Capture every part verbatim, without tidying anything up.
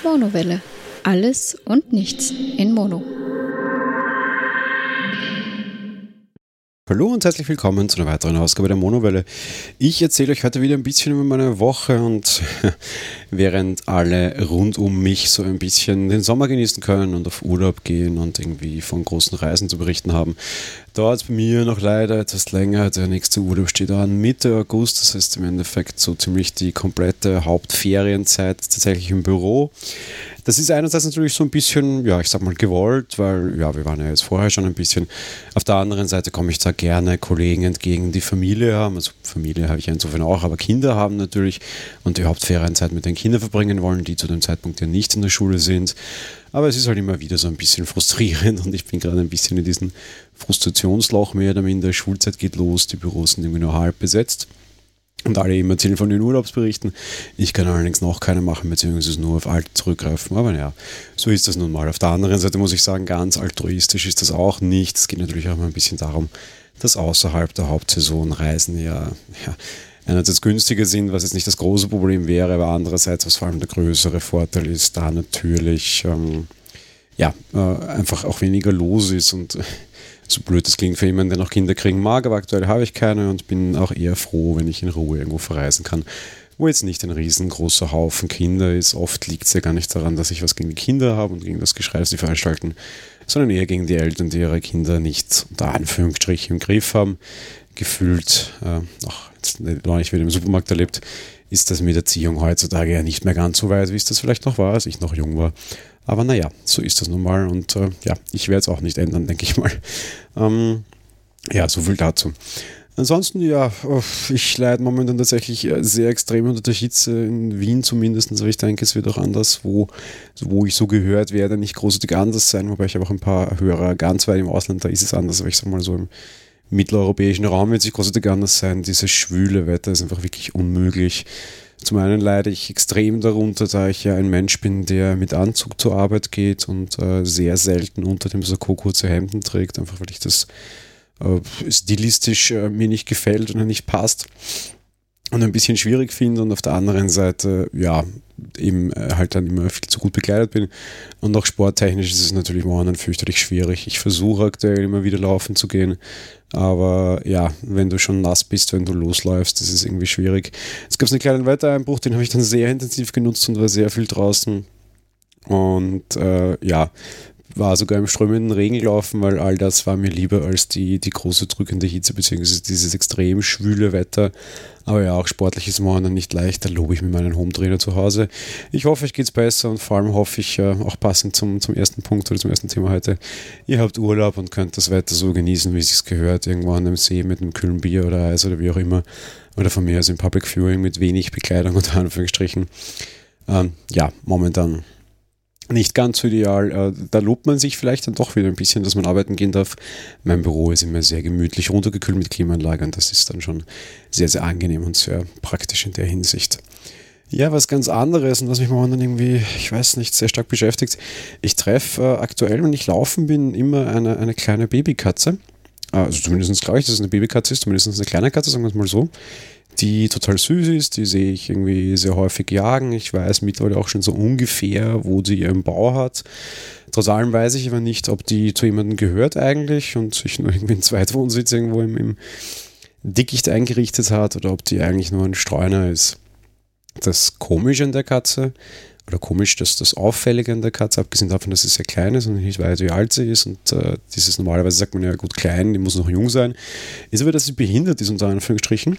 Monowelle. Alles und nichts in Mono. Hallo und herzlich willkommen zu einer weiteren Ausgabe der Monowelle. Ich erzähle euch heute wieder ein bisschen über meine Woche und während alle rund um mich so ein bisschen den Sommer genießen können und auf Urlaub gehen und irgendwie von großen Reisen zu berichten haben, dauert es bei mir noch leider etwas länger. Der nächste Urlaub steht an Mitte August, das heißt im Endeffekt so ziemlich die komplette Hauptferienzeit tatsächlich im Büro. Das ist einerseits natürlich so ein bisschen, ja, ich sag mal gewollt, weil ja, wir waren ja jetzt vorher schon ein bisschen. Auf der anderen Seite komme ich da gerne Kollegen entgegen, die Familie haben. Also Familie habe ich ja insofern auch, aber Kinder haben natürlich und die Hauptferienzeit mit den Kindern verbringen wollen, die zu dem Zeitpunkt ja nicht in der Schule sind. Aber es ist halt immer wieder so ein bisschen frustrierend und ich bin gerade ein bisschen in diesem Frustrationsloch mehr oder minder. Schulzeit geht los, die Büros sind irgendwie nur halb besetzt. Und alle immer erzählen von den Urlaubsberichten. Ich kann allerdings noch keine machen, beziehungsweise nur auf alte zurückgreifen. Aber ja, so ist das nun mal. Auf der anderen Seite muss ich sagen, ganz altruistisch ist das auch nicht. Es geht natürlich auch mal ein bisschen darum, dass außerhalb der Hauptsaison Reisen ja, ja einerseits günstiger sind, was jetzt nicht das große Problem wäre, aber andererseits, was vor allem der größere Vorteil ist, da natürlich ähm, ja, äh, einfach auch weniger los ist und so blöd das klingt für jemanden, der noch Kinder kriegen mag, aber aktuell habe ich keine und bin auch eher froh, wenn ich in Ruhe irgendwo verreisen kann, wo jetzt nicht ein riesengroßer Haufen Kinder ist. Oft liegt es ja gar nicht daran, dass ich was gegen die Kinder habe und gegen das Geschrei, das sie veranstalten, sondern eher gegen die Eltern, die ihre Kinder nicht unter Anführungsstrichen im Griff haben. Gefühlt, äh, auch jetzt neulich wieder im Supermarkt erlebt, ist das mit Erziehung heutzutage ja nicht mehr ganz so weit, wie es das vielleicht noch war, als ich noch jung war. Aber naja, so ist das nun mal und äh, ja, ich werde es auch nicht ändern, denke ich mal. Ähm, ja, so viel dazu. Ansonsten, ja, ich leide momentan tatsächlich sehr extrem unter der Hitze, in Wien zumindest, aber ich denke, es wird auch anders, wo, wo ich so gehört werde, nicht großartig anders sein, wobei ich habe auch ein paar Hörer ganz weit im Ausland, da ist es anders, aber ich sage mal so im mitteleuropäischen Raum wird es großartig anders sein. Dieses schwüle Wetter ist einfach wirklich unmöglich. Zum einen leide ich extrem darunter, da ich ja ein Mensch bin, der mit Anzug zur Arbeit geht und äh, sehr selten unter dem Sakko kurze Hemden trägt, einfach weil ich das äh, stilistisch äh, mir nicht gefällt oder nicht passt und ein bisschen schwierig finde und auf der anderen Seite, ja, eben äh, halt dann immer viel zu gut bekleidet bin und auch sporttechnisch ist es natürlich momentan fürchterlich schwierig. Ich versuche aktuell immer wieder laufen zu gehen, aber ja, wenn du schon nass bist, wenn du losläufst, das ist irgendwie schwierig. Es gab einen kleinen Wettereinbruch, den habe ich dann sehr intensiv genutzt und war sehr viel draußen und äh, ja, war sogar im strömenden Regen laufen, weil all das war mir lieber als die, die große drückende Hitze, beziehungsweise dieses extrem schwüle Wetter. Aber ja, auch sportlich ist morgen nicht leicht, da lobe ich mir meinen Hometrainer zu Hause. Ich hoffe, euch geht's besser und vor allem hoffe ich, äh, auch passend zum, zum ersten Punkt oder zum ersten Thema heute, ihr habt Urlaub und könnt das Wetter so genießen, wie es sich gehört, irgendwo an einem See mit einem kühlen Bier oder Eis oder wie auch immer. Oder von mir aus im Public Viewing mit wenig Bekleidung unter Anführungsstrichen. Ähm, ja, momentan nicht ganz so ideal. Da lobt man sich vielleicht dann doch wieder ein bisschen, dass man arbeiten gehen darf. Mein Büro ist immer sehr gemütlich runtergekühlt mit Klimaanlage und das ist dann schon sehr, sehr angenehm und sehr praktisch in der Hinsicht. Ja, was ganz anderes und was mich momentan irgendwie, ich weiß nicht, sehr stark beschäftigt. Ich treffe äh, aktuell, wenn ich laufen bin, immer eine, eine kleine Babykatze. Also zumindest glaube ich, dass es eine Babykatze ist, zumindest eine kleine Katze, sagen wir es mal so, die total süß ist, die sehe ich irgendwie sehr häufig jagen. Ich weiß mittlerweile auch schon so ungefähr, wo sie ihren Bau hat. Trotz allem weiß ich aber nicht, ob die zu jemandem gehört eigentlich und sich nur irgendwie einen Zweitwohnsitz irgendwo im, im Dickicht eingerichtet hat oder ob die eigentlich nur ein Streuner ist. Das Komische an der Katze, oder komisch, dass das Auffällige an der Katze, abgesehen davon, dass sie sehr klein ist und nicht weiß, wie alt sie ist und äh, dieses normalerweise sagt man ja gut klein, die muss noch jung sein, ist aber, dass sie behindert ist unter Anführungsstrichen.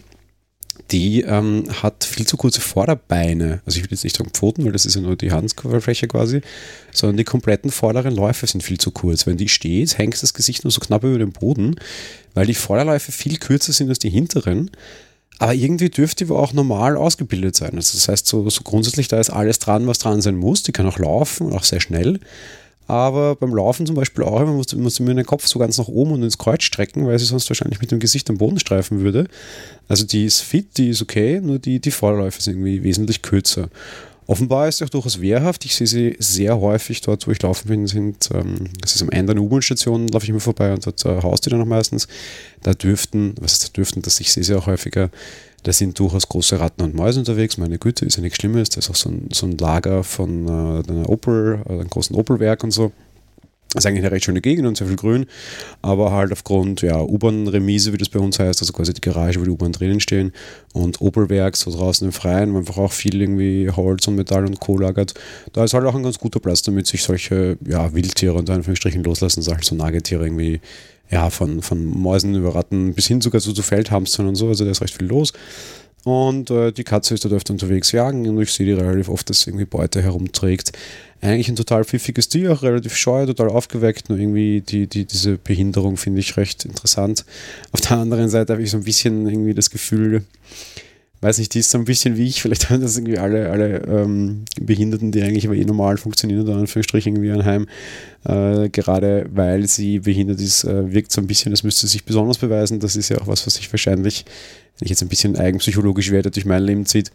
Die ähm, hat viel zu kurze Vorderbeine, also ich will jetzt nicht sagen Pfoten, weil das ist ja nur die Handfläche quasi, sondern die kompletten vorderen Läufe sind viel zu kurz. Wenn die steht, hängt das Gesicht nur so knapp über dem Boden, weil die Vorderläufe viel kürzer sind als die hinteren. Aber irgendwie dürfte die auch normal ausgebildet sein. Also das heißt, so, so grundsätzlich, da ist alles dran, was dran sein muss. Die kann auch laufen und auch sehr schnell. Aber beim Laufen zum Beispiel auch, man muss, muss mir den Kopf so ganz nach oben und ins Kreuz strecken, weil sie sonst wahrscheinlich mit dem Gesicht am Boden streifen würde. Also die ist fit, die ist okay, nur die, die Vorderläufe sind irgendwie wesentlich kürzer. Offenbar ist sie auch durchaus wehrhaft. Ich sehe sie sehr häufig dort, wo ich laufen bin, sind, ähm, das ist am Ende einer U-Bahn-Station, laufe ich immer vorbei und dort äh, haust die dann auch meistens. Da dürften, was ist da dürften, das ich sehe sie auch häufiger, da sind durchaus große Ratten und Mäuse unterwegs. Meine Güte, ist ja nichts Schlimmes. Da ist auch so ein, so ein Lager von äh, einer Opel, äh, einem großen Opel-Werk und so. Das ist eigentlich eine recht schöne Gegend und sehr viel Grün, aber halt aufgrund ja, U-Bahn-Remise, wie das bei uns heißt, also quasi die Garage, wo die U-Bahn drinnen stehen und Opelwerk so draußen im Freien, wo einfach auch viel irgendwie Holz und Metall und Co. lagert. Da ist halt auch ein ganz guter Platz, damit sich solche ja, Wildtiere unter Anführungsstrichen loslassen, also halt so Nagetiere irgendwie ja, von, von Mäusen über Ratten bis hin sogar so zu Feldhamstern und so, also da ist recht viel los. Und äh, die Katze ist dort öfter unterwegs jagen und ich sehe die relativ oft, dass sie irgendwie Beute herumträgt. Eigentlich ein total pfiffiges Tier, auch relativ scheu, total aufgeweckt, nur irgendwie die, die, diese Behinderung finde ich recht interessant. Auf der anderen Seite habe ich so ein bisschen irgendwie das Gefühl, weiß nicht, die ist so ein bisschen wie ich, vielleicht haben das irgendwie alle, alle ähm, Behinderten, die eigentlich aber eh normal funktionieren, oder Anführungsstrichen irgendwie ein Heim, äh, gerade weil sie behindert ist, äh, wirkt so ein bisschen, als müsste sie sich besonders beweisen. Das ist ja auch was, was sich wahrscheinlich, wenn ich jetzt ein bisschen eigenpsychologisch werde, durch mein Leben zieht.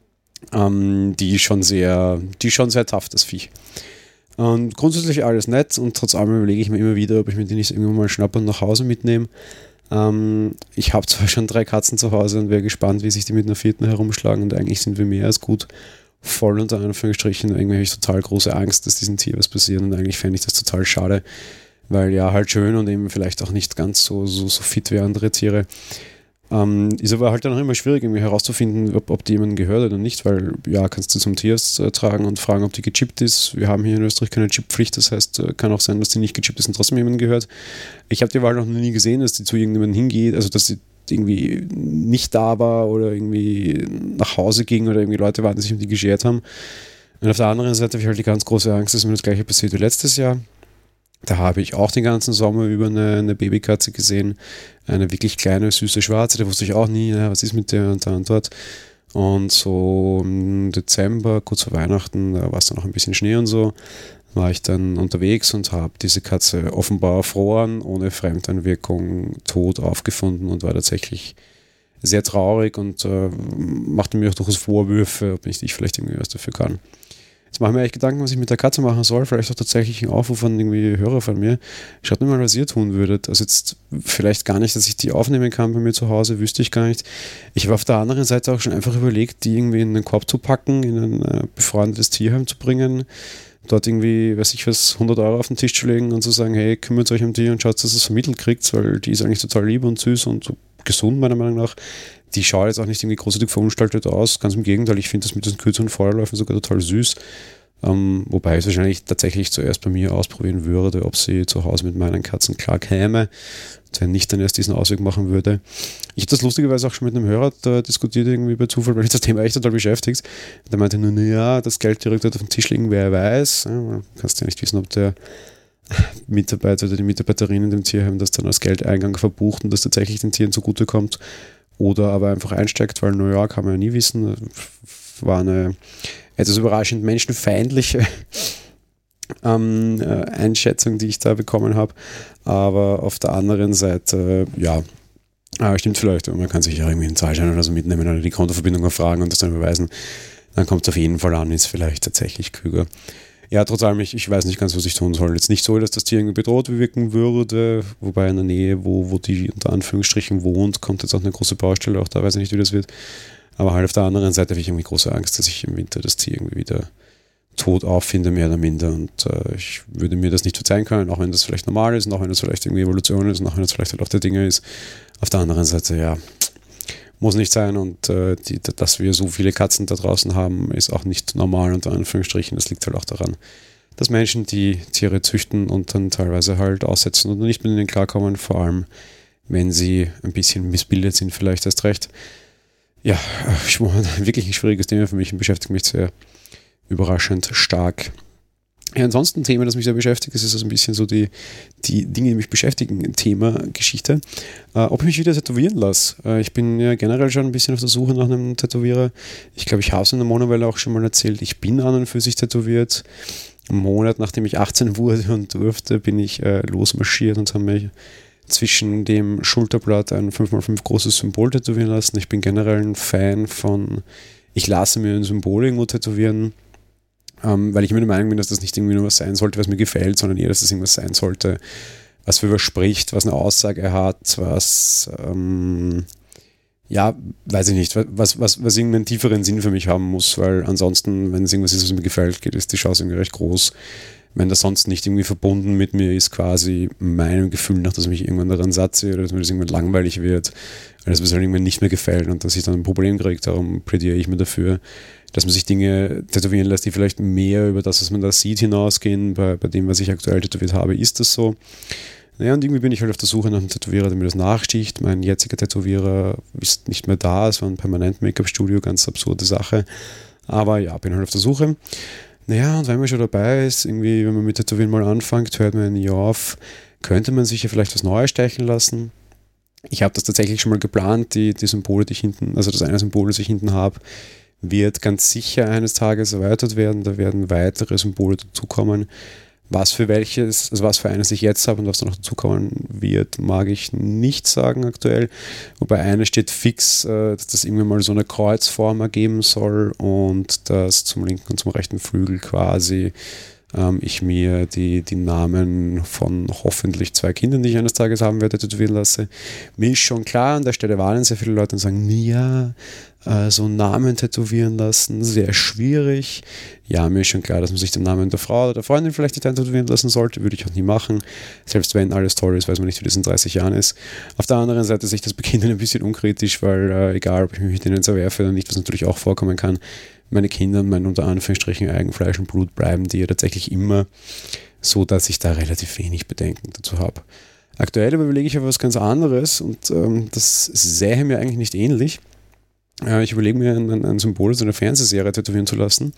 Ähm, die ist schon sehr, die ist schon sehr tough, das Viech. Und grundsätzlich alles nett und trotz allem überlege ich mir immer wieder, ob ich mir die nicht irgendwann mal schnappe und nach Hause mitnehme. Ähm, ich habe zwar schon drei Katzen zu Hause und wäre gespannt, wie sich die mit einer vierten herumschlagen und eigentlich sind wir mehr als gut voll unter Anführungsstrichen. Irgendwie habe ich total große Angst, dass diesem Tier was passiert und eigentlich fände ich das total schade, weil ja halt schön und eben vielleicht auch nicht ganz so, so, so fit wie andere Tiere. Ähm, ist aber halt dann auch immer schwierig, irgendwie herauszufinden, ob, ob die jemandem gehört oder nicht, weil ja, kannst du zum Tierarzt äh, tragen und fragen, ob die gechippt ist. Wir haben hier in Österreich keine Chipppflicht, das heißt, äh, kann auch sein, dass die nicht gechippt ist und trotzdem jemandem gehört. Ich habe die Wahl noch nie gesehen, dass die zu irgendjemandem hingeht, also dass sie irgendwie nicht da war oder irgendwie nach Hause ging oder irgendwie Leute waren, die sich um die geschert haben. Und auf der anderen Seite habe ich halt die ganz große Angst, dass mir das gleiche passiert wie letztes Jahr. Da habe ich auch den ganzen Sommer über eine, eine Babykatze gesehen, eine wirklich kleine, süße Schwarze, da wusste ich auch nie, ja, was ist mit der und da und dort. Und so im Dezember, kurz vor Weihnachten, da war es dann noch ein bisschen Schnee und so, war ich dann unterwegs und habe diese Katze offenbar erfroren, ohne Fremdeinwirkung, tot aufgefunden und war tatsächlich sehr traurig und äh, machte mir auch durchaus Vorwürfe, ob nicht ich vielleicht irgendwie was dafür kann. Jetzt mache ich mir echt Gedanken, was ich mit der Katze machen soll. Vielleicht auch tatsächlich ein Aufruf an irgendwie Hörer von mir. Schaut mir mal, was ihr tun würdet. Also jetzt vielleicht gar nicht, dass ich die aufnehmen kann bei mir zu Hause, wüsste ich gar nicht. Ich habe auf der anderen Seite auch schon einfach überlegt, die irgendwie in einen Korb zu packen, in ein äh, befreundetes Tierheim zu bringen, dort irgendwie, weiß ich was, hundert Euro auf den Tisch zu legen und zu sagen, hey, kümmert euch um die und schaut, dass ihr es vermittelt kriegt, weil die ist eigentlich total lieb und süß und so gesund, meiner Meinung nach. Die schaut jetzt auch nicht irgendwie großartig verunstaltet aus, ganz im Gegenteil, ich finde das mit diesen kürzeren Vorläufen sogar total süß. Ähm, wobei ich es wahrscheinlich tatsächlich zuerst bei mir ausprobieren würde, ob sie zu Hause mit meinen Katzen klar käme, wenn nicht dann erst diesen Ausweg machen würde. Ich habe das lustigerweise auch schon mit einem Hörer da diskutiert, irgendwie bei Zufall, weil ich das Thema echt total beschäftigt. Der meinte nur, naja, das Geld direkt dort auf den Tisch liegen, wer weiß. Ja, kannst ja nicht wissen, ob der Mitarbeiter oder die Mitarbeiterin in dem Tierheim das dann als Geldeingang verbucht und das tatsächlich den Tieren zugutekommt. Oder aber einfach einsteigt, weil New York kann man ja nie wissen. War eine etwas überraschend menschenfeindliche ähm, äh, Einschätzung, die ich da bekommen habe. Aber auf der anderen Seite, äh, ja, äh, stimmt vielleicht. Man kann sich ja irgendwie einen Zahlschein oder so mitnehmen oder die Kontoverbindung erfragen und das dann beweisen. Dann kommt es auf jeden Fall an, ist vielleicht tatsächlich klüger. Ja, trotz allem, ich, ich weiß nicht ganz, was ich tun soll. Jetzt nicht so, dass das Tier irgendwie bedroht wirken würde, wobei in der Nähe, wo, wo die unter Anführungsstrichen wohnt, kommt jetzt auch eine große Baustelle, auch da weiß ich nicht, wie das wird. Aber halt auf der anderen Seite habe ich irgendwie große Angst, dass ich im Winter das Tier irgendwie wieder tot auffinde, mehr oder minder. Und äh, ich würde mir das nicht verzeihen können, auch wenn das vielleicht normal ist und auch wenn das vielleicht irgendwie Evolution ist und auch wenn das vielleicht halt auch der Dinge ist. Auf der anderen Seite, ja, muss nicht sein und äh, die, dass wir so viele Katzen da draußen haben, ist auch nicht normal unter Anführungsstrichen. Das liegt halt auch daran, dass Menschen die Tiere züchten und dann teilweise halt aussetzen und nicht mit ihnen klarkommen, vor allem wenn sie ein bisschen missbildet sind, vielleicht erst recht. Ja, wirklich ein schwieriges Thema für mich und beschäftigt mich sehr überraschend stark. Ja, ansonsten ein Thema, das mich sehr beschäftigt, ist also ein bisschen so die, die Dinge, die mich beschäftigen, Thema Geschichte. Äh, ob ich mich wieder tätowieren lasse. Äh, ich bin ja generell schon ein bisschen auf der Suche nach einem Tätowierer. Ich glaube, ich habe es in der Monowelle auch schon mal erzählt. Ich bin an und für sich tätowiert. Einen Monat, nachdem ich achtzehn wurde und durfte, bin ich äh, losmarschiert und habe mich zwischen dem Schulterblatt ein fünf mal fünf großes Symbol tätowieren lassen. Ich bin generell ein Fan von ich lasse mir ein Symbol irgendwo tätowieren, ähm, weil ich mir der Meinung bin, dass das nicht irgendwie nur was sein sollte, was mir gefällt, sondern eher, dass das irgendwas sein sollte, was für was spricht, was eine Aussage hat, was, ähm, ja, weiß ich nicht, was, was, was irgendeinen tieferen Sinn für mich haben muss, weil ansonsten, wenn es irgendwas ist, was mir gefällt, geht, ist die Chance irgendwie recht groß. Wenn das sonst nicht irgendwie verbunden mit mir ist, quasi meinem Gefühl nach, dass ich mich irgendwann daran satze oder dass mir das irgendwann langweilig wird, oder dass mir das halt irgendwann nicht mehr gefällt und dass ich dann ein Problem kriege, darum plädiere ich mir dafür, dass man sich Dinge tätowieren lässt, die vielleicht mehr über das, was man da sieht, hinausgehen. Bei, bei dem, was ich aktuell tätowiert habe, ist das so. Naja, und irgendwie bin ich halt auf der Suche nach einem Tätowierer, der mir das nachsticht. Mein jetziger Tätowierer ist nicht mehr da, es war ein Permanent-Make-up-Studio, ganz absurde Sache. Aber ja, bin halt auf der Suche. Naja, und wenn man schon dabei ist, irgendwie, wenn man mit Tätowieren mal anfängt, hört man ein Jahr auf, könnte man sich ja vielleicht was Neues stechen lassen. Ich habe das tatsächlich schon mal geplant, die, die Symbole, die ich hinten, also das eine Symbol, das ich hinten habe, wird ganz sicher eines Tages erweitert werden. Da werden weitere Symbole dazukommen. Was für welches, also was für eines ich jetzt habe und was da noch dazukommen wird, mag ich nicht sagen aktuell. Wobei eine steht fix, dass das irgendwie mal so eine Kreuzform ergeben soll und dass zum linken und zum rechten Flügel quasi ähm, ich mir die, die Namen von hoffentlich zwei Kindern, die ich eines Tages haben werde, tätowieren lasse. Mir ist schon klar, an der Stelle warnen sehr viele Leute und sagen, ja, äh, so Namen tätowieren lassen, sehr schwierig. Ja, mir ist schon klar, dass man sich den Namen der Frau oder der Freundin vielleicht nicht tätowieren lassen sollte, würde ich auch nie machen. Selbst wenn alles toll ist, weiß man nicht, wie das in dreißig Jahren ist. Auf der anderen Seite sehe ich das bei Kindern ein bisschen unkritisch, weil äh, egal, ob ich mich mit denen zerwerfe oder nicht, was natürlich auch vorkommen kann, meine Kinder, mein unter Anführungsstrichen Eigenfleisch und Blut bleiben die ja tatsächlich immer, so dass ich da relativ wenig Bedenken dazu habe. Aktuell überlege ich aber was ganz anderes und ähm, das sähe mir eigentlich nicht ähnlich. Äh, ich überlege mir ein, ein Symbol aus einer Fernsehserie tätowieren zu lassen.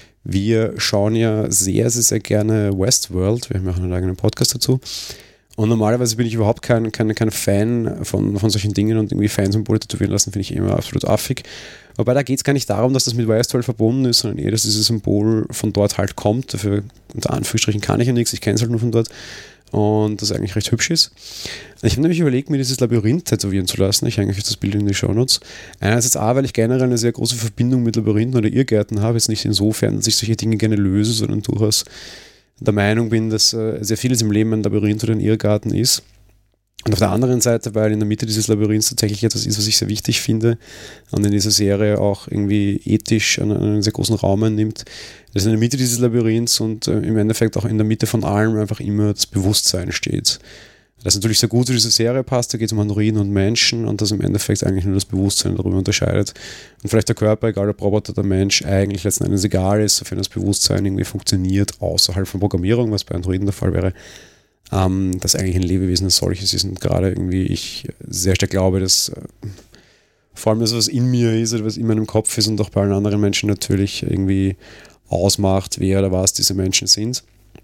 Wir schauen ja sehr, sehr, sehr gerne Westworld. Wir haben ja auch einen eigenen Podcast dazu. Und normalerweise bin ich überhaupt kein, kein, kein Fan von, von solchen Dingen und irgendwie Fansymbole tätowieren lassen, finde ich immer absolut affig. Wobei da geht es gar nicht darum, dass das mit Westworld verbunden ist, sondern eher, dass dieses Symbol von dort halt kommt. Dafür, unter Anführungsstrichen, kann ich ja nichts, ich kenne es halt nur von dort. Und das eigentlich recht hübsch ist. Ich habe nämlich überlegt, mir dieses Labyrinth tätowieren zu lassen. Ich hänge euch das Bild in die Shownotes. Einerseits A, weil ich generell eine sehr große Verbindung mit Labyrinthen oder Irrgärten habe. Jetzt nicht insofern, dass ich solche Dinge gerne löse, sondern durchaus der Meinung bin, dass äh, sehr vieles im Leben ein Labyrinth oder ein Irrgarten ist. Und auf der anderen Seite, weil in der Mitte dieses Labyrinths tatsächlich etwas ist, was ich sehr wichtig finde und in dieser Serie auch irgendwie ethisch einen, einen sehr großen Raum einnimmt, dass in der Mitte dieses Labyrinths und äh, im Endeffekt auch in der Mitte von allem einfach immer das Bewusstsein steht. Das natürlich sehr gut zu dieser Serie passt, da geht es um Androiden und Menschen und das im Endeffekt eigentlich nur das Bewusstsein darüber unterscheidet. Und vielleicht der Körper, egal ob Roboter oder Mensch, eigentlich letzten Endes egal ist, sofern das Bewusstsein irgendwie funktioniert, außerhalb von Programmierung, was bei Androiden der Fall wäre, ähm, dass eigentlich ein Lebewesen als solches ist und gerade irgendwie ich sehr stark glaube, dass äh, vor allem das, was in mir ist oder was in meinem Kopf ist und auch bei allen anderen Menschen natürlich irgendwie ausmacht, wer oder was diese Menschen sind.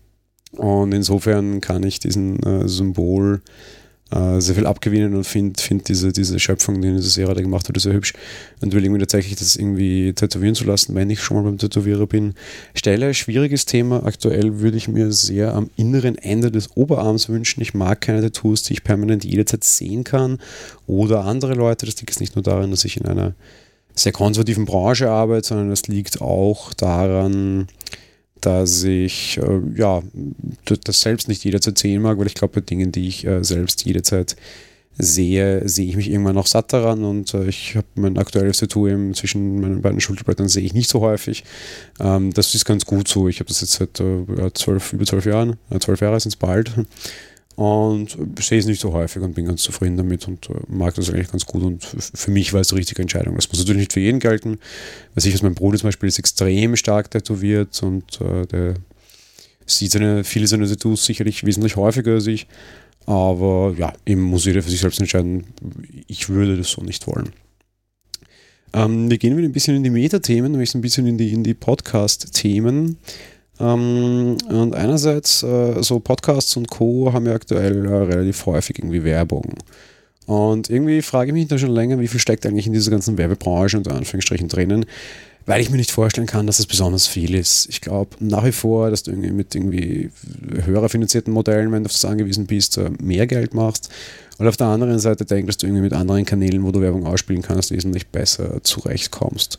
Und insofern kann ich diesen äh, Symbol äh, sehr viel abgewinnen und finde find diese, diese Schöpfung, die in dieser Serie da gemacht wurde, sehr hübsch. Und überlege mir tatsächlich, das irgendwie tätowieren zu lassen, wenn ich schon mal beim Tätowierer bin. Stelle, schwieriges Thema. Aktuell würde ich mir sehr am inneren Ende des Oberarms wünschen. Ich mag keine Tattoos, die ich permanent jederzeit sehen kann. Oder andere Leute. Das liegt jetzt nicht nur daran, dass ich in einer sehr konservativen Branche arbeite, sondern das liegt auch daran, dass ich äh, ja, das selbst nicht jederzeit sehen mag, weil ich glaube, bei Dingen, die ich äh, selbst jederzeit sehe, sehe ich mich irgendwann noch satt daran und äh, ich habe mein aktuelles Tattoo eben zwischen meinen beiden Schulterblättern sehe ich nicht so häufig. Ähm, das ist ganz gut so. Ich habe das jetzt seit äh, zwölf, über zwölf Jahren, äh, zwölf Jahre sind es bald und sehe es nicht so häufig und bin ganz zufrieden damit und äh, mag das eigentlich ganz gut und f- für mich war es die richtige Entscheidung. Das muss natürlich nicht für jeden gelten. Was ich aus meinem Bruder zum Beispiel ist extrem stark tätowiert und äh, der sieht seine, viele seiner Tattoos sicherlich wesentlich häufiger als ich, aber ja, eben muss jeder für sich selbst entscheiden. Ich würde das so nicht wollen. Ähm, wir gehen wieder ein bisschen in die Meta-Themen, nämlich so ein bisschen in die, in die Podcast-Themen. Um, und einerseits, uh, so Podcasts und Co. haben ja aktuell uh, relativ häufig irgendwie Werbung. Und irgendwie frage ich mich da schon länger, wie viel steckt eigentlich in dieser ganzen Werbebranche unter Anführungsstrichen drinnen, weil ich mir nicht vorstellen kann, dass das besonders viel ist. Ich glaube nach wie vor, dass du irgendwie mit irgendwie höher finanzierten Modellen, wenn du auf das angewiesen bist, mehr Geld machst. Und auf der anderen Seite denke, dass du irgendwie mit anderen Kanälen, wo du Werbung ausspielen kannst, wesentlich besser zurechtkommst.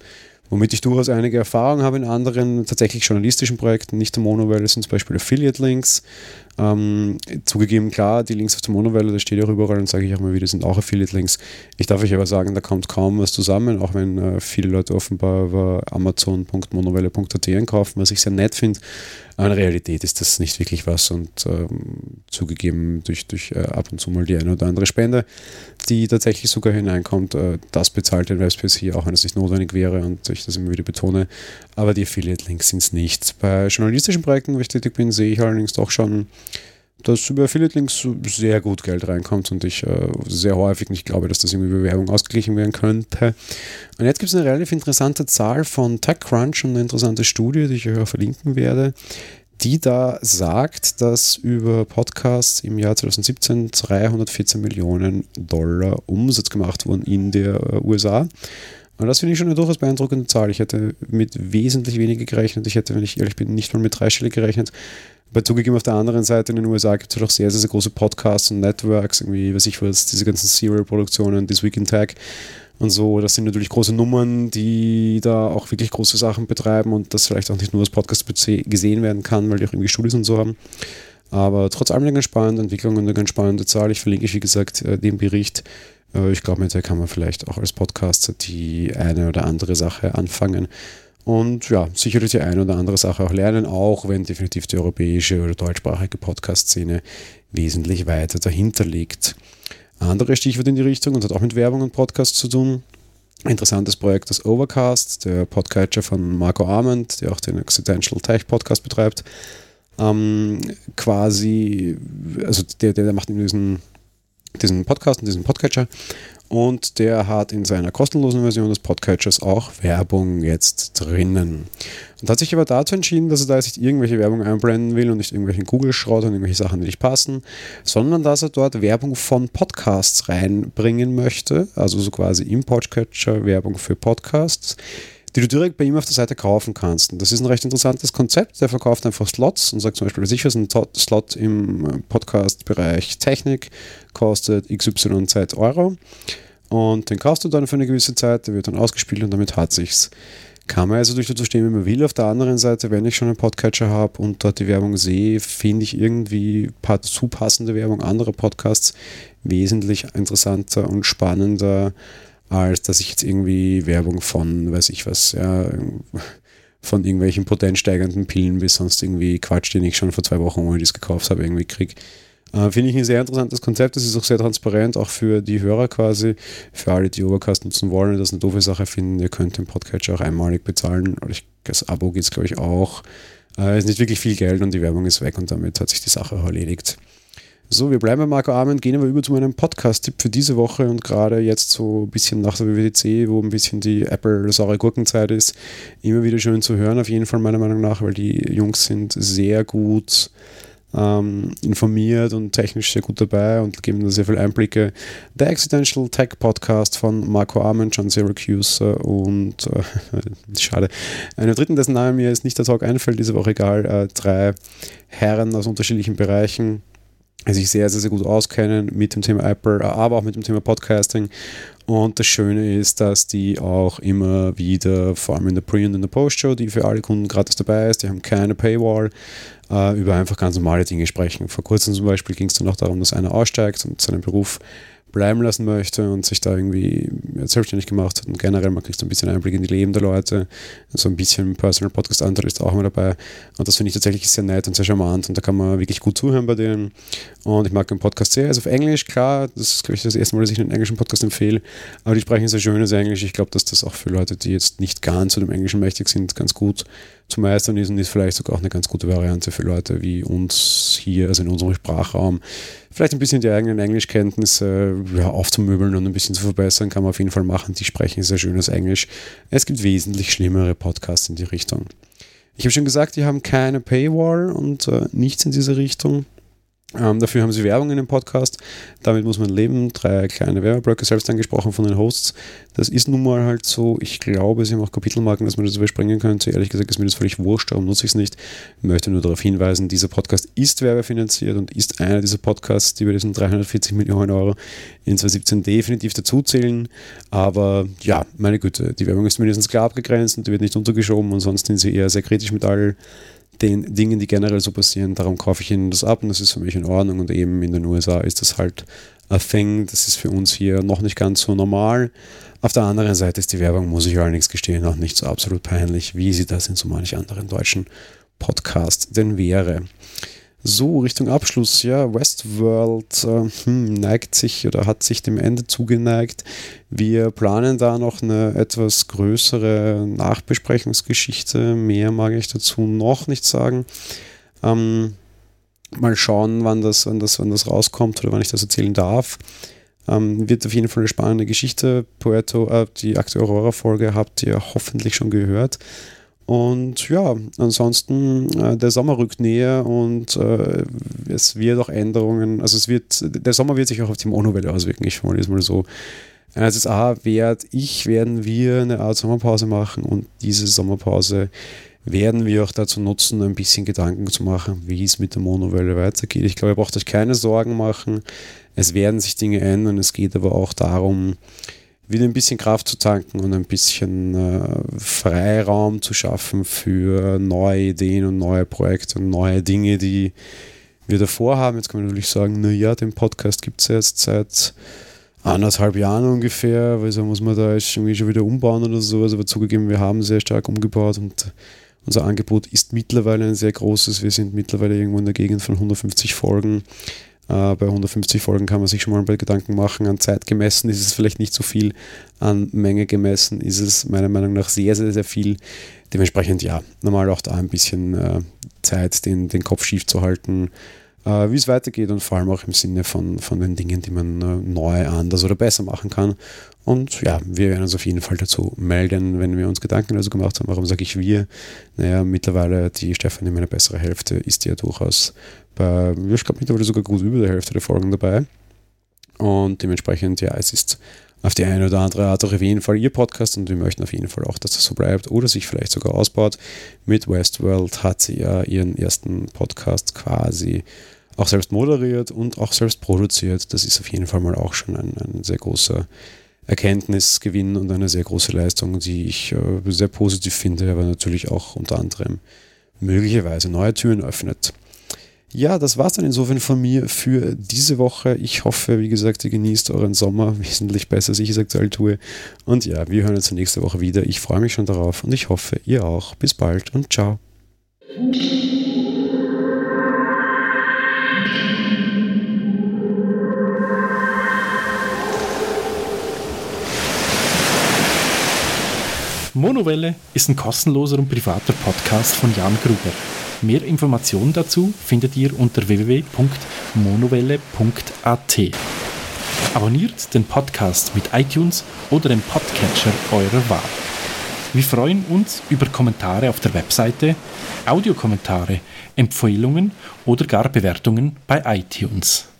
Womit ich durchaus einige Erfahrungen habe in anderen tatsächlich journalistischen Projekten, nicht der Monowelle, sind zum Beispiel Affiliate-Links. Ähm, zugegeben, klar, die Links auf der Monowelle, da steht ja auch überall und sage ich auch mal wieder, sind auch Affiliate-Links. Ich darf euch aber sagen, da kommt kaum was zusammen, auch wenn äh, viele Leute offenbar über amazon punkt monowelle punkt a t einkaufen, was ich sehr nett finde. Aber in Realität ist das nicht wirklich was und ähm, zugegeben durch, durch äh, ab und zu mal die eine oder andere Spende, die tatsächlich sogar hineinkommt, äh, das bezahlt den Webspace hier, auch wenn es nicht notwendig wäre und ich das immer wieder betone. Aber die Affiliate-Links sind es nicht. Bei journalistischen Projekten, wo ich tätig bin, sehe ich allerdings doch schon, dass über Affiliate-Links sehr gut Geld reinkommt und ich äh, sehr häufig nicht glaube, dass das irgendwie über Werbung ausgeglichen werden könnte. Und jetzt gibt es eine relativ interessante Zahl von TechCrunch und eine interessante Studie, die ich euch auch verlinken werde, die da sagt, dass über Podcasts im Jahr zwanzig siebzehn dreihundertvierzehn Millionen Dollar Umsatz gemacht wurden in der äh, U S A. Und das finde ich schon eine durchaus beeindruckende Zahl. Ich hätte mit wesentlich weniger gerechnet. Ich hätte, wenn ich ehrlich bin, nicht mal mit dreistellig gerechnet. Aber zugegeben, auf der anderen Seite in den U S A gibt es halt auch sehr, sehr, sehr große Podcasts und Networks, irgendwie, weiß ich was, diese ganzen Serial-Produktionen, This Week in Tech und so. Das sind natürlich große Nummern, die da auch wirklich große Sachen betreiben und das vielleicht auch nicht nur als Podcast gesehen werden kann, weil die auch irgendwie Studien und so haben. Aber trotz allem eine ganz spannende Entwicklung und eine ganz spannende Zahl. Ich verlinke, wie gesagt, den Bericht. Ich glaube, mit der kann man vielleicht auch als Podcaster die eine oder andere Sache anfangen. Und ja, sicherlich die eine oder andere Sache auch lernen, auch wenn definitiv die europäische oder deutschsprachige Podcast-Szene wesentlich weiter dahinter liegt. Andere Stichwort in die Richtung und hat auch mit Werbung und Podcasts zu tun. Interessantes Projekt, das Overcast, der Podcatcher von Marco Arment, der auch den Accidental Tech Podcast betreibt. Ähm, quasi, also der, der macht diesen, diesen Podcast und diesen Podcatcher. Und der hat in seiner kostenlosen Version des Podcatchers auch Werbung jetzt drinnen. Und hat sich aber dazu entschieden, dass er da jetzt nicht irgendwelche Werbung einblenden will und nicht irgendwelchen Google-Schrott und irgendwelche Sachen, die nicht passen, sondern dass er dort Werbung von Podcasts reinbringen möchte. Also so quasi im Podcatcher Werbung für Podcasts, die du direkt bei ihm auf der Seite kaufen kannst. Und das ist ein recht interessantes Konzept. Der verkauft einfach Slots und sagt zum Beispiel, sicher ist ein Slot im Podcast-Bereich Technik, kostet X Y Z Euro. Und den kaufst du dann für eine gewisse Zeit, der wird dann ausgespielt und damit hat sich's. Kann man also durch dazu stehen, wie man will. Auf der anderen Seite, wenn ich schon einen Podcatcher habe und dort die Werbung sehe, finde ich irgendwie zu passende Werbung anderer Podcasts wesentlich interessanter und spannender, als dass ich jetzt irgendwie Werbung von, weiß ich was, ja, von irgendwelchen potenzsteigernden Pillen bis sonst irgendwie Quatsch, den ich schon vor zwei Wochen, ohne das gekauft habe, irgendwie kriege. Äh, Finde ich ein sehr interessantes Konzept. Das ist auch sehr transparent, auch für die Hörer quasi, für alle, die Overcast nutzen wollen, das eine doofe Sache finden. Ihr könnt den Podcatcher auch einmalig bezahlen. Oder ich, das Abo geht es, glaube ich, auch. Äh, ist nicht wirklich viel Geld und die Werbung ist weg und damit hat sich die Sache auch erledigt. So, wir bleiben bei Marco Arment, gehen aber über zu meinem Podcast-Tipp für diese Woche und gerade jetzt so ein bisschen nach der W W D C, wo ein bisschen die Apple-saure Gurkenzeit ist, immer wieder schön zu hören, auf jeden Fall meiner Meinung nach, weil die Jungs sind sehr gut ähm, informiert und technisch sehr gut dabei und geben da sehr viele Einblicke. Der Accidental Tech Podcast von Marco Arment, John Syracuse und äh, schade, einen dritten, dessen Name mir jetzt nicht der Talk einfällt, ist aber auch egal, äh, drei Herren aus unterschiedlichen Bereichen, die sich sehr, sehr, sehr gut auskennen mit dem Thema Apple, aber auch mit dem Thema Podcasting. Und das Schöne ist, dass die auch immer wieder, vor allem in der Pre- und in der Post-Show, die für alle Kunden gratis dabei ist, die haben keine Paywall, äh, über einfach ganz normale Dinge sprechen. Vor kurzem zum Beispiel ging es dann auch darum, dass einer aussteigt und seinen Beruf bleiben lassen möchte und sich da irgendwie selbstständig gemacht hat und generell, man kriegt so ein bisschen Einblick in die Leben der Leute, so ein bisschen Personal Podcast Anteil ist auch immer dabei und das finde ich tatsächlich sehr nett und sehr charmant und da kann man wirklich gut zuhören bei denen und ich mag den Podcast sehr, also auf Englisch, klar, das ist glaube ich das erste Mal, dass ich einen englischen Podcast empfehle, aber die sprechen sehr schönes Englisch, ich glaube, dass das auch für Leute, die jetzt nicht ganz zu dem Englischen mächtig sind, ganz gut zu meistern ist und ist vielleicht sogar auch eine ganz gute Variante für Leute wie uns hier, also in unserem Sprachraum, vielleicht ein bisschen die eigenen Englischkenntnisse ja, aufzumöbeln und ein bisschen zu verbessern, kann man auf jeden Fall machen. Die sprechen sehr schönes Englisch. Es gibt wesentlich schlimmere Podcasts in die Richtung. Ich habe schon gesagt, die haben keine Paywall und äh, nichts in diese Richtung. Ähm, dafür haben sie Werbung in dem Podcast. Damit muss man leben. Drei kleine Werbeblöcke, selbst angesprochen von den Hosts. Das ist nun mal halt so. Ich glaube, sie haben auch Kapitelmarken, dass man das überspringen könnte. Ehrlich gesagt ist mir das völlig wurscht, darum nutze ich es nicht. Ich möchte nur darauf hinweisen, dieser Podcast ist werbefinanziert und ist einer dieser Podcasts, die bei diesen dreihundertvierzig Millionen Euro in zwanzig siebzehn definitiv dazuzählen. Aber ja, meine Güte, die Werbung ist mindestens klar abgegrenzt und die wird nicht untergeschoben und sonst sind sie eher sehr kritisch mit all den Dingen, die generell so passieren. Darum kaufe ich ihnen das ab und das ist für mich in Ordnung und eben in den U S A ist das halt a thing. Das ist für uns hier noch nicht ganz so normal. Auf der anderen Seite ist die Werbung, muss ich allerdings gestehen, auch nicht so absolut peinlich, wie sie das in so manch anderen deutschen Podcast denn wäre. So, Richtung Abschluss, ja, Westworld äh, hm, neigt sich oder hat sich dem Ende zugeneigt. Wir planen da noch eine etwas größere Nachbesprechungsgeschichte. Mehr mag ich dazu noch nicht sagen. Ähm, mal schauen, wann das, wann das, wann das rauskommt oder wann ich das erzählen darf. Ähm, wird auf jeden Fall eine spannende Geschichte. Puerto, äh, die Akte Aurora-Folge habt ihr hoffentlich schon gehört. Und ja, ansonsten, äh, der Sommer rückt näher und äh, es wird auch Änderungen, also es wird, der Sommer wird sich auch auf die Monowelle auswirken, ich formuliere es mal so. Also A, werd ich, werden wir eine Art Sommerpause machen und diese Sommerpause werden wir auch dazu nutzen, ein bisschen Gedanken zu machen, wie es mit der Monowelle weitergeht. Ich glaube, ihr braucht euch keine Sorgen machen, es werden sich Dinge ändern, es geht aber auch darum, wieder ein bisschen Kraft zu tanken und ein bisschen äh, Freiraum zu schaffen für neue Ideen und neue Projekte und neue Dinge, die wir davor haben. Jetzt kann man natürlich sagen, naja, den Podcast gibt es erst seit anderthalb Jahren ungefähr, weil so muss man da jetzt irgendwie schon wieder umbauen oder sowas, aber zugegeben, wir haben sehr stark umgebaut und unser Angebot ist mittlerweile ein sehr großes. Wir sind mittlerweile irgendwo in der Gegend von hundertfünfzig Folgen. Uh, bei hundertfünfzig Folgen kann man sich schon mal ein paar Gedanken machen. An Zeit gemessen ist es vielleicht nicht so viel, an Menge gemessen ist es meiner Meinung nach sehr, sehr, sehr viel. Dementsprechend ja, normal auch da ein bisschen uh, Zeit, den, den Kopf schief zu halten, uh, wie es weitergeht und vor allem auch im Sinne von, von den Dingen, die man uh, neu, anders oder besser machen kann. Und ja, wir werden uns auf jeden Fall dazu melden, wenn wir uns Gedanken dazu gemacht haben. Warum sage ich wir? Naja, mittlerweile die Stefanie, meine bessere Hälfte, ist ja durchaus bei, ich glaube mittlerweile sogar gut über der Hälfte der Folgen dabei. Und dementsprechend, ja, es ist auf die eine oder andere Art auch auf jeden Fall ihr Podcast und wir möchten auf jeden Fall auch, dass das so bleibt oder sich vielleicht sogar ausbaut. Mit Westworld hat sie ja ihren ersten Podcast quasi auch selbst moderiert und auch selbst produziert. Das ist auf jeden Fall mal auch schon ein, ein sehr großer Erkenntnisgewinn und eine sehr große Leistung, die ich äh, sehr positiv finde, aber natürlich auch unter anderem möglicherweise neue Türen öffnet. Ja, das war es dann insofern von mir für diese Woche. Ich hoffe, wie gesagt, ihr genießt euren Sommer wesentlich besser, als ich es aktuell tue. Und ja, wir hören uns nächste Woche wieder. Ich freue mich schon darauf und ich hoffe, ihr auch. Bis bald und ciao. Monowelle ist ein kostenloser und privater Podcast von Jan Gruber. Mehr Informationen dazu findet ihr unter w w w punkt monowelle punkt a t. Abonniert den Podcast mit iTunes oder dem Podcatcher eurer Wahl. Wir freuen uns über Kommentare auf der Webseite, Audiokommentare, Empfehlungen oder gar Bewertungen bei iTunes.